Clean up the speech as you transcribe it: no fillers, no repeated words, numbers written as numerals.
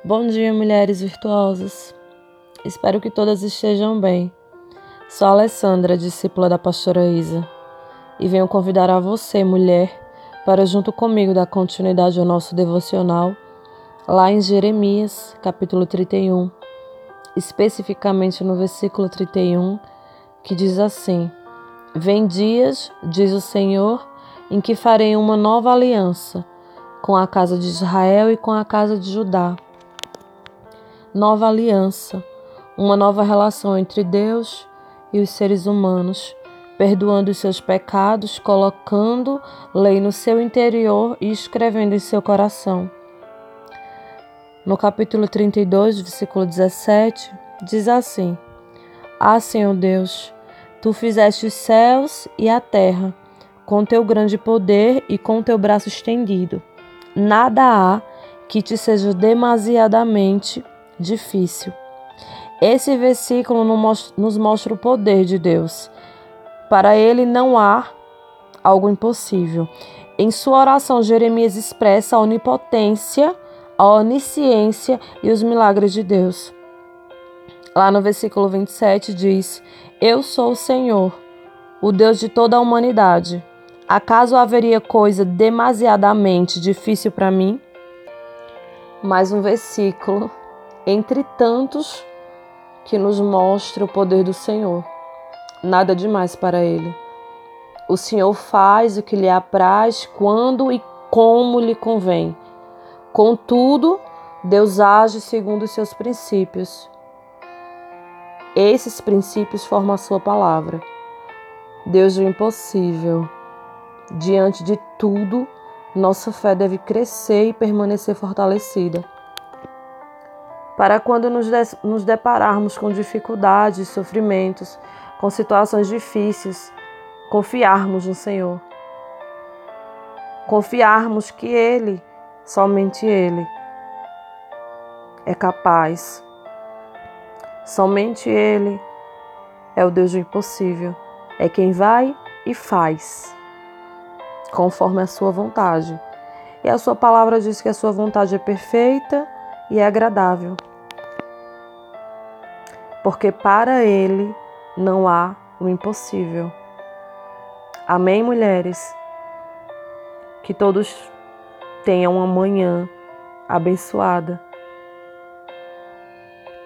Bom dia, mulheres virtuosas. Espero que todas estejam bem. Sou a Alessandra, discípula da pastora Isa, e venho convidar a você, mulher, para junto comigo dar continuidade ao nosso devocional, lá em Jeremias, capítulo 31, especificamente no versículo 31, que diz assim: Vem dias, diz o Senhor, em que farei uma nova aliança com a casa de Israel e com a casa de Judá. Nova aliança, uma nova relação entre Deus e os seres humanos, perdoando os seus pecados, colocando lei no seu interior e escrevendo em seu coração. No capítulo 32, versículo 17, diz assim: Senhor Deus, Tu fizeste os céus e a terra, com teu grande poder e com teu braço estendido. Nada há que te seja demasiadamente difícil. Esse versículo nos mostra o poder de Deus. Para ele não há algo impossível. Em sua oração, Jeremias expressa a onipotência, a onisciência e os milagres de Deus. Lá no versículo 27 diz: Eu sou o Senhor, o Deus de toda a humanidade. Acaso haveria coisa demasiadamente difícil para mim? Mais um versículo entre tantos que nos mostra o poder do Senhor. Nada demais para Ele. O Senhor faz o que lhe apraz, quando e como lhe convém. Contudo, Deus age segundo os seus princípios. Esses princípios formam a sua palavra. Deus do impossível. Diante de tudo, nossa fé deve crescer e permanecer fortalecida. Para quando nos depararmos com dificuldades, sofrimentos, com situações difíceis, confiarmos no Senhor. Confiarmos que Ele, somente Ele, é capaz. Somente Ele é o Deus do impossível. É quem vai e faz, conforme a sua vontade. E a sua palavra diz que a sua vontade é perfeita e é agradável. Porque para Ele não há o impossível. Amém, mulheres? Que todos tenham uma manhã abençoada.